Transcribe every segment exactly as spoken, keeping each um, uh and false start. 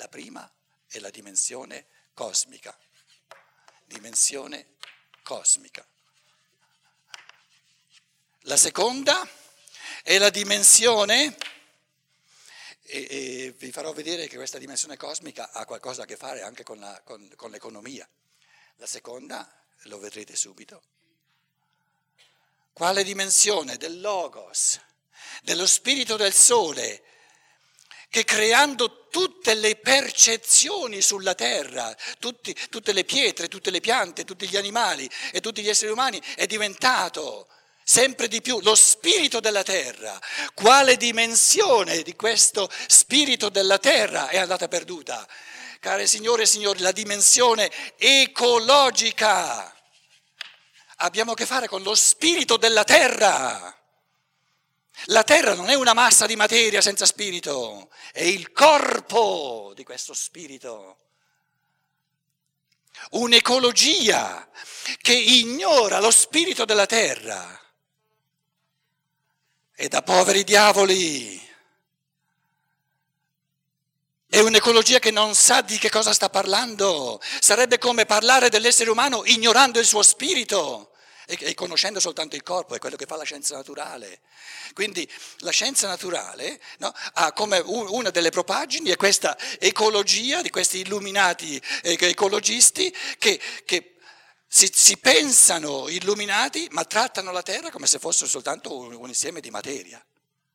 La prima è la dimensione cosmica, dimensione cosmica. La seconda è la dimensione, e, e vi farò vedere che questa dimensione cosmica ha qualcosa a che fare anche con, la, con, con l'economia. La seconda, lo vedrete subito. Quale dimensione? Del Logos, dello spirito del sole, che creando tutte le percezioni sulla terra, tutti, tutte le pietre, tutte le piante, tutti gli animali e tutti gli esseri umani, è diventato sempre di più lo spirito della terra. Quale dimensione di questo spirito della terra è andata perduta? Care signore e signori, la dimensione ecologica. Abbiamo a che fare con lo spirito della terra. La terra non è una massa di materia senza spirito, è il corpo di questo spirito. Un'ecologia che ignora lo spirito della terra è da poveri diavoli. È un'ecologia che non sa di che cosa sta parlando. Sarebbe come parlare dell'essere umano ignorando il suo spirito e conoscendo soltanto il corpo, è quello che fa la scienza naturale. Quindi la scienza naturale, no, ha come una delle propaggini è questa ecologia di questi illuminati ecologisti che, che si, si pensano illuminati ma trattano la terra come se fosse soltanto un, un insieme di materia.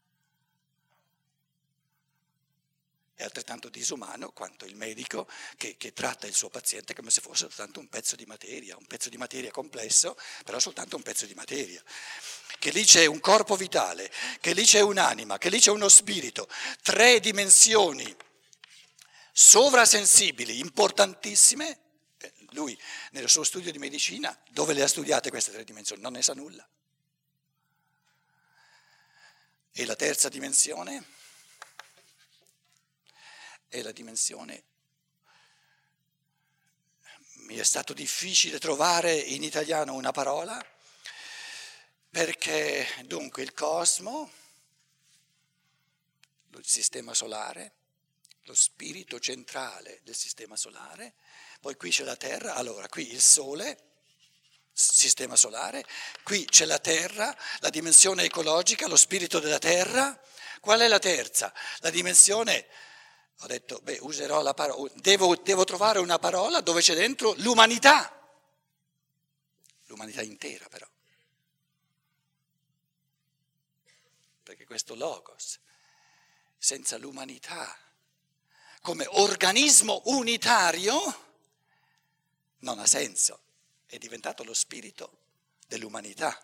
È altrettanto disumano quanto il medico che, che tratta il suo paziente come se fosse soltanto un pezzo di materia, un pezzo di materia complesso, però soltanto un pezzo di materia. Che lì c'è un corpo vitale, che lì c'è un'anima, che lì c'è uno spirito, tre dimensioni sovrasensibili, importantissime. Lui nel suo studio di medicina, dove le ha studiate queste tre dimensioni? Non ne sa nulla. E la terza dimensione è la dimensione, mi è stato difficile trovare in italiano una parola, perché dunque il cosmo, il sistema solare, lo spirito centrale del sistema solare, poi qui c'è la terra, allora qui il sole, sistema solare, qui c'è la terra, la dimensione ecologica, lo spirito della terra. Qual è la terza? La dimensione. Ho detto, beh, userò la parola, devo, devo trovare una parola dove c'è dentro l'umanità, l'umanità intera però, perché questo Logos, senza l'umanità come organismo unitario, non ha senso, è diventato lo spirito dell'umanità.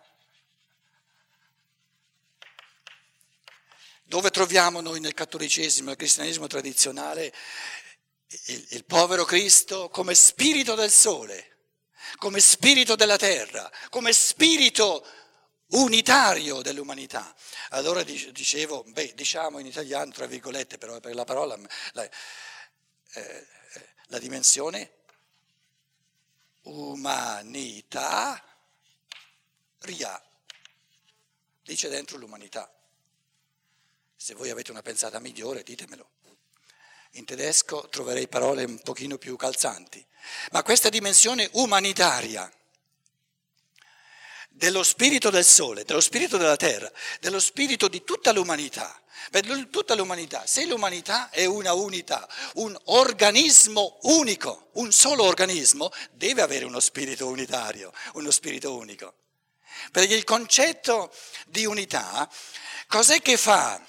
Dove troviamo noi nel cattolicesimo, nel cristianesimo tradizionale, il, il povero Cristo come spirito del sole, come spirito della terra, come spirito unitario dell'umanità? Allora dicevo, beh, diciamo in italiano, tra virgolette, però per la parola, la, eh, la dimensione umanità, ria, dice dentro l'umanità. Se voi avete una pensata migliore, ditemelo. In tedesco troverei parole un pochino più calzanti. Ma questa dimensione umanitaria dello spirito del sole, dello spirito della terra, dello spirito di tutta l'umanità, per tutta l'umanità, se l'umanità è una unità, un organismo unico, un solo organismo, deve avere uno spirito unitario, uno spirito unico. Perché il concetto di unità, cos'è che fa?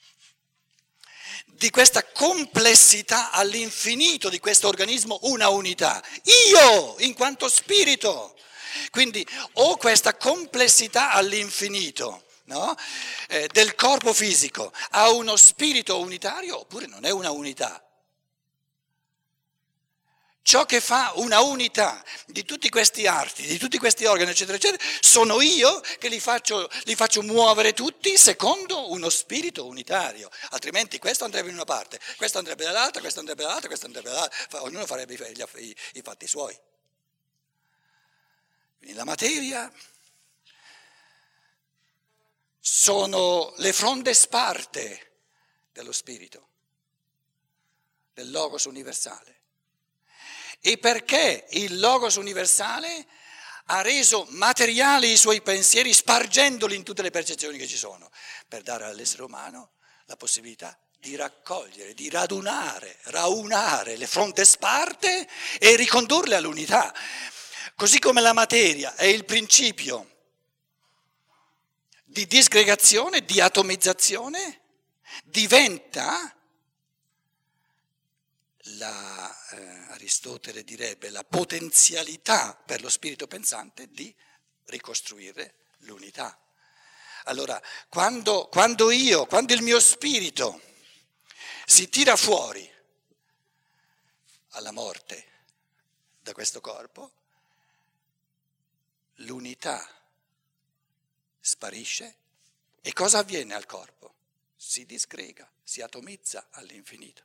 Di questa complessità all'infinito di questo organismo una unità. Io, in quanto spirito, quindi ho questa complessità all'infinito, no? eh, del corpo fisico, ha uno spirito unitario oppure non è una unità. Ciò che fa una unità di tutti questi arti, di tutti questi organi, eccetera, eccetera, sono io che li faccio, li faccio muovere tutti secondo uno spirito unitario. Altrimenti questo andrebbe in una parte, questo andrebbe dall'altra, questo andrebbe dall'altra, questo andrebbe dall'altra, ognuno farebbe i, i, i fatti suoi. Quindi la materia sono le fronde sparte dello spirito. del Logos universale. E perché il Logos universale ha reso materiali i suoi pensieri spargendoli in tutte le percezioni che ci sono, per dare all'essere umano la possibilità di raccogliere, di radunare, raunare le fronte sparte e ricondurle all'unità. Così come la materia è il principio di disgregazione, di atomizzazione, diventa, la, eh, Aristotele direbbe, la potenzialità per lo spirito pensante di ricostruire l'unità. Allora, quando, quando io, quando il mio spirito si tira fuori alla morte da questo corpo, l'unità sparisce e cosa avviene al corpo? Si disgrega, si atomizza all'infinito.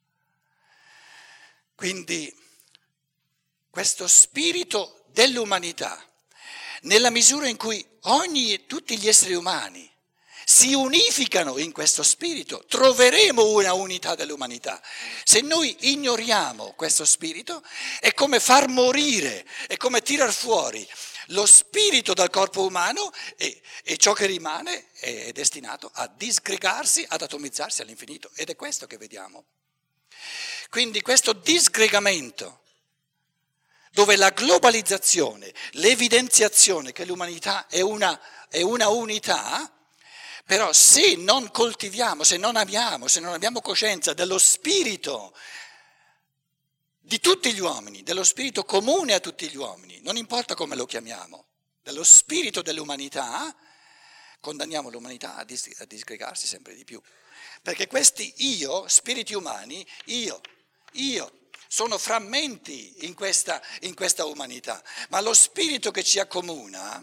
Quindi questo spirito dell'umanità, nella misura in cui ogni e tutti gli esseri umani si unificano in questo spirito, troveremo una unità dell'umanità. Se noi ignoriamo questo spirito, è come far morire, è come tirar fuori lo spirito dal corpo umano e, e ciò che rimane è destinato a disgregarsi, ad atomizzarsi all'infinito. Ed è questo che vediamo. Quindi questo disgregamento, dove la globalizzazione, l'evidenziazione che l'umanità è una, è una unità, però se non coltiviamo, se non amiamo, se non abbiamo coscienza dello spirito di tutti gli uomini, dello spirito comune a tutti gli uomini, non importa come lo chiamiamo, dello spirito dell'umanità, condanniamo l'umanità a, dis- a disgregarsi sempre di più. Perché questi io, spiriti umani, io, io, sono frammenti in questa, in questa umanità, ma lo spirito che ci accomuna,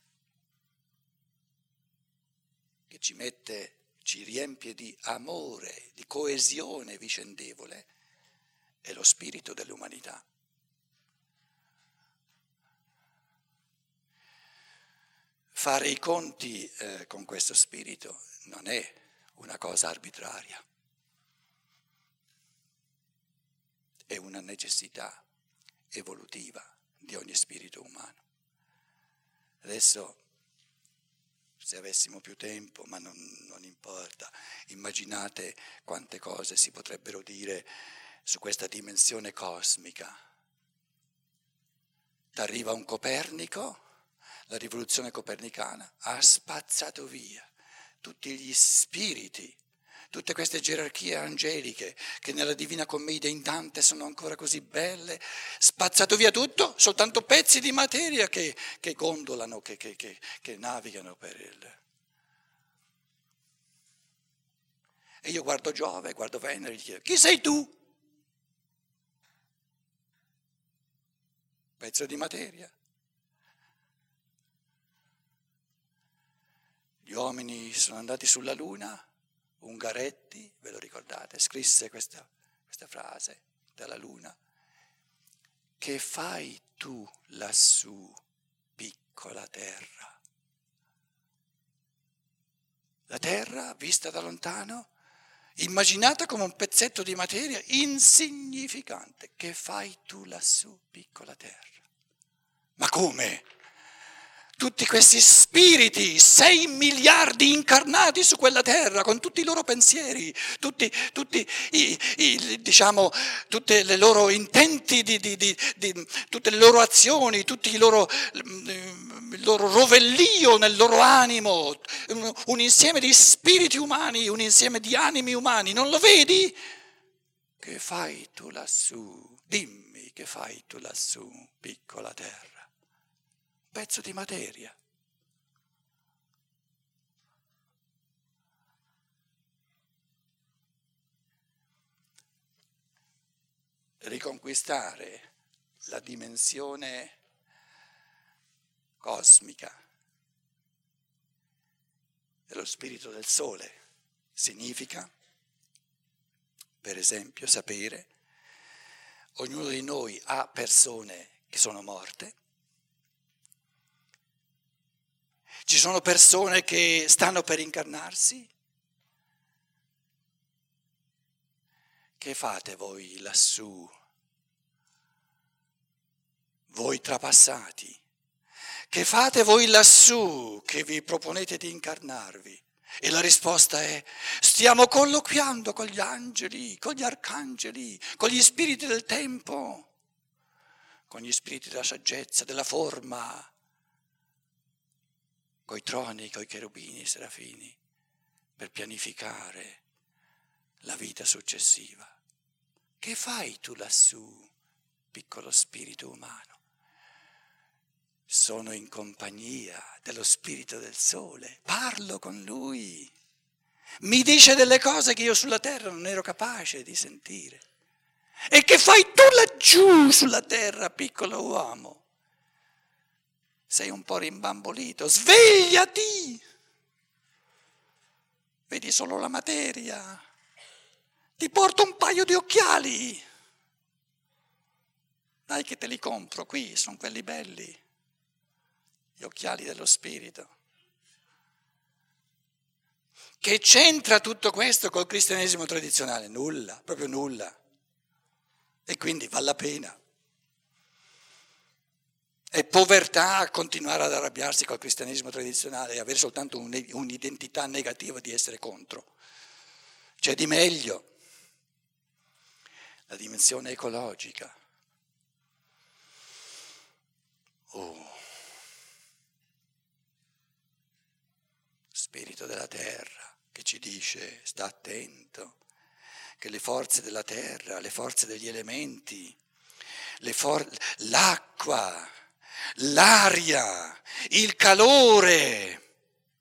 che ci mette, ci riempie di amore, di coesione vicendevole, è lo spirito dell'umanità. Fare i conti eh, con questo spirito non è una cosa arbitraria, è una necessità evolutiva di ogni spirito umano. Adesso, se avessimo più tempo, ma non, non importa, immaginate quante cose si potrebbero dire su questa dimensione cosmica. T'arriva un Copernico, la rivoluzione copernicana ha spazzato via tutti gli spiriti, tutte queste gerarchie angeliche che nella Divina Commedia in Dante sono ancora così belle, spazzato via tutto, soltanto pezzi di materia che, che gondolano, che, che, che, che navigano per il... E io guardo Giove, guardo Venere e gli chiedo, chi sei tu? Pezzo di materia. Gli uomini sono andati sulla Luna, Ungaretti, ve lo ricordate, scrisse questa, questa frase dalla Luna. Che fai tu lassù, piccola terra? La terra, vista da lontano, immaginata come un pezzetto di materia insignificante. Che fai tu lassù, piccola terra? Ma come? Tutti questi spiriti, sei miliardi incarnati su quella terra, con tutti i loro pensieri, tutti, tutti i, i, diciamo, tutte le loro intenti, di, di, di, di, tutte le loro azioni, tutti i loro, il loro rovellio nel loro animo, un insieme di spiriti umani, un insieme di animi umani, non lo vedi? Che fai tu lassù? Dimmi, che fai tu lassù, piccola terra? Pezzo di materia. Riconquistare la dimensione cosmica dello spirito del sole significa, per esempio, sapere ognuno di noi ha persone che sono morte. Ci sono persone che stanno per incarnarsi, Che fate voi lassù? Voi trapassati? Che fate voi lassù che vi proponete di incarnarvi? E la risposta è: stiamo colloquiando con gli angeli, con gli arcangeli, con gli spiriti del tempo, con gli spiriti della saggezza, della forma, coi troni, coi cherubini, i serafini, per pianificare la vita successiva. Che fai tu lassù, piccolo spirito umano? Sono in compagnia dello spirito del sole, parlo con lui, mi dice delle cose che io sulla terra non ero capace di sentire. E che fai tu laggiù sulla terra, piccolo uomo? Sei un po' rimbambolito, svegliati! Vedi solo la materia, ti porto un paio di occhiali, dai che te li compro, qui sono quelli belli. Gli occhiali dello spirito. Che c'entra tutto questo col cristianesimo tradizionale? Nulla, proprio nulla. E quindi vale la pena. È povertà continuare ad arrabbiarsi col cristianesimo tradizionale e avere soltanto un'identità negativa di essere contro. C'è di meglio. La dimensione ecologica. Oh. Spirito della terra che ci dice: sta attento, che le forze della terra, le forze degli elementi, le for- l'acqua, l'aria, il calore,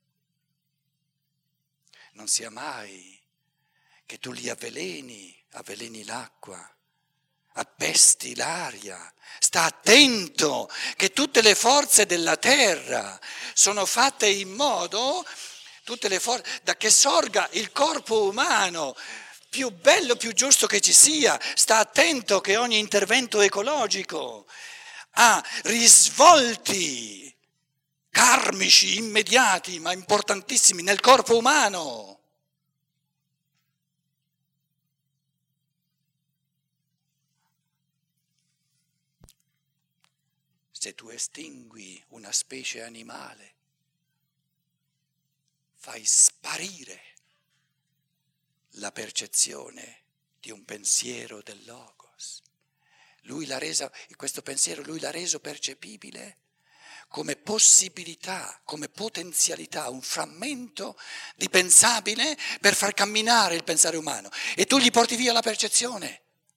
non sia mai che tu li avveleni, avveleni l'acqua, appesti l'aria. Sta attento che tutte le forze della terra sono fatte in modo, tutte le forze, da che sorga il corpo umano più bello, più giusto che ci sia. Sta attento che ogni intervento ecologico ha risvolti karmici immediati, ma importantissimi nel corpo umano. Se tu estingui una specie animale, fai sparire la percezione di un pensiero del Logos. Lui l'ha resa, questo pensiero lui l'ha reso percepibile come possibilità, come potenzialità, un frammento di pensabile per far camminare il pensare umano. E tu gli porti via la percezione.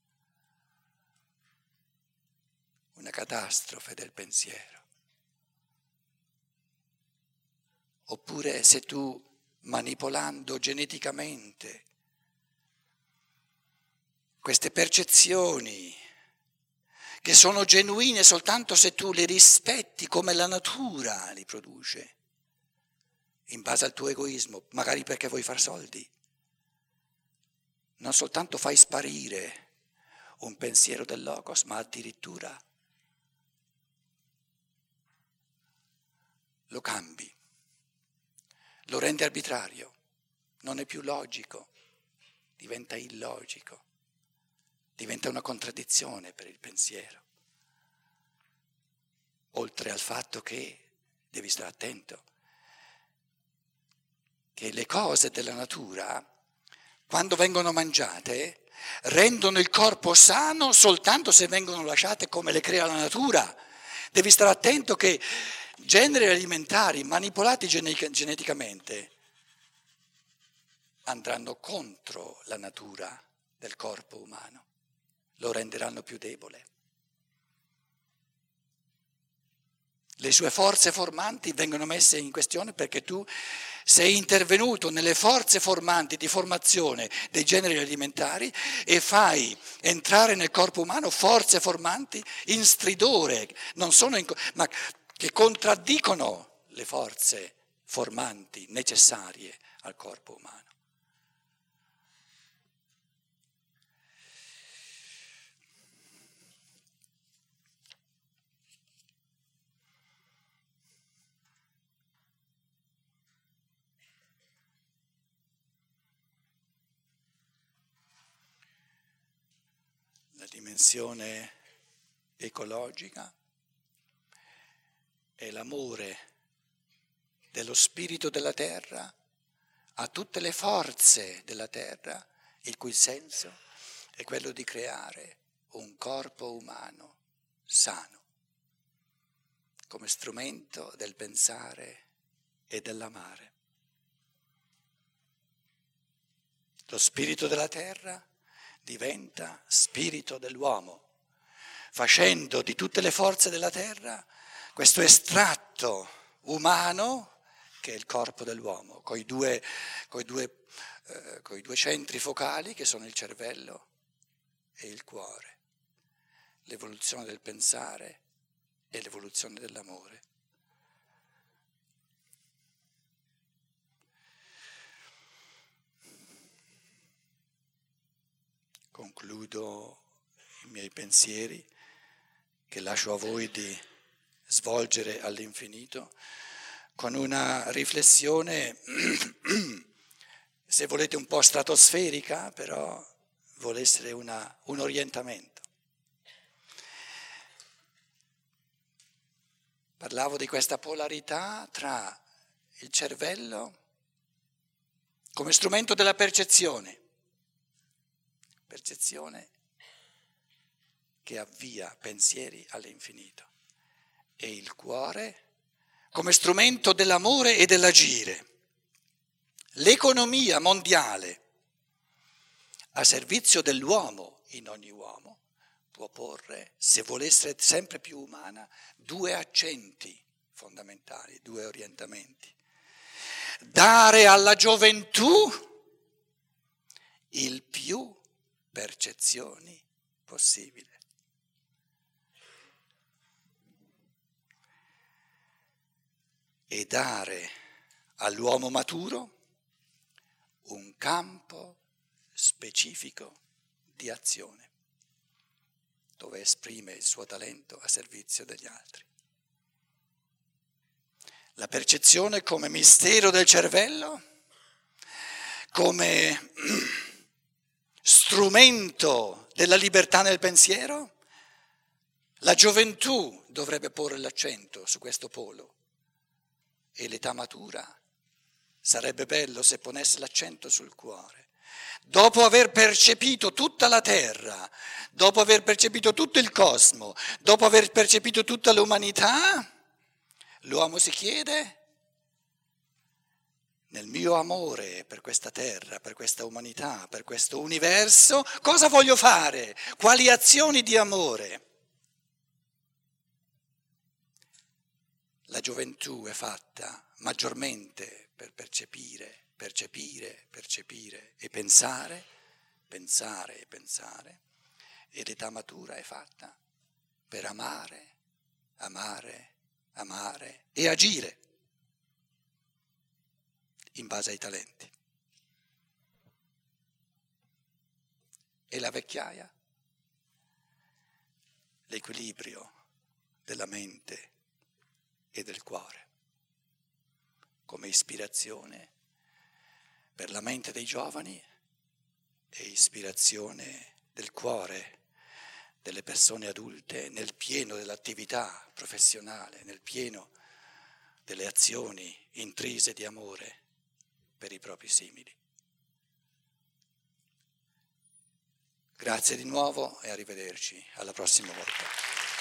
Una catastrofe del pensiero. Oppure se tu, manipolando geneticamente queste percezioni che sono genuine soltanto se tu le rispetti come la natura li produce, in base al tuo egoismo, magari perché vuoi far soldi, non soltanto fai sparire un pensiero del Logos, ma addirittura lo cambi, lo rendi arbitrario, non è più logico, diventa illogico, diventa una contraddizione per il pensiero. Oltre al fatto che devi stare attento, che le cose della natura, quando vengono mangiate, rendono il corpo sano soltanto se vengono lasciate come le crea la natura. Devi stare attento che generi alimentari manipolati geneticamente andranno contro la natura del corpo umano, lo renderanno più debole. Le sue forze formanti vengono messe in questione perché tu sei intervenuto nelle forze formanti di formazione dei generi alimentari e fai entrare nel corpo umano forze formanti in stridore, non sono in, ma che contraddicono le forze formanti necessarie al corpo umano. dimensione ecologica, è l'amore dello spirito della terra a tutte le forze della terra, il cui senso è quello di creare un corpo umano sano, come strumento del pensare e dell'amare. Lo spirito della terra diventa spirito dell'uomo, facendo di tutte le forze della terra questo estratto umano che è il corpo dell'uomo, coi due, coi due, eh, coi due centri focali che sono il cervello e il cuore, l'evoluzione del pensare e l'evoluzione dell'amore. Concludo i miei pensieri, che lascio a voi di svolgere all'infinito, con una riflessione, se volete un po' stratosferica, però vuole essere una, un orientamento. Parlavo di questa polarità tra il cervello come strumento della percezione, percezione che avvia pensieri all'infinito, e il cuore come strumento dell'amore e dell'agire. L'economia mondiale a servizio dell'uomo in ogni uomo può porre, se vuole essere sempre più umana, due accenti fondamentali, due orientamenti. Dare alla gioventù il più percezioni possibile. E dare all'uomo maturo un campo specifico di azione, dove esprime il suo talento a servizio degli altri. La percezione come mistero del cervello, come strumento della libertà nel pensiero. La gioventù dovrebbe porre l'accento su questo polo. E l'età matura sarebbe bello se ponesse l'accento sul cuore. Dopo aver percepito tutta la terra, dopo aver percepito tutto il cosmo, dopo aver percepito tutta l'umanità, l'uomo si chiede: nel mio amore per questa terra, per questa umanità, per questo universo, cosa voglio fare? Quali azioni di amore? La gioventù è fatta maggiormente per percepire, percepire, percepire e pensare, pensare e pensare, e l'età matura è fatta per amare, amare, amare e agire in base ai talenti. E la vecchiaia? L'equilibrio della mente e del cuore, come ispirazione per la mente dei giovani e ispirazione del cuore delle persone adulte nel pieno dell'attività professionale, nel pieno delle azioni intrise di amore per i propri simili. Grazie di nuovo e arrivederci, alla prossima volta.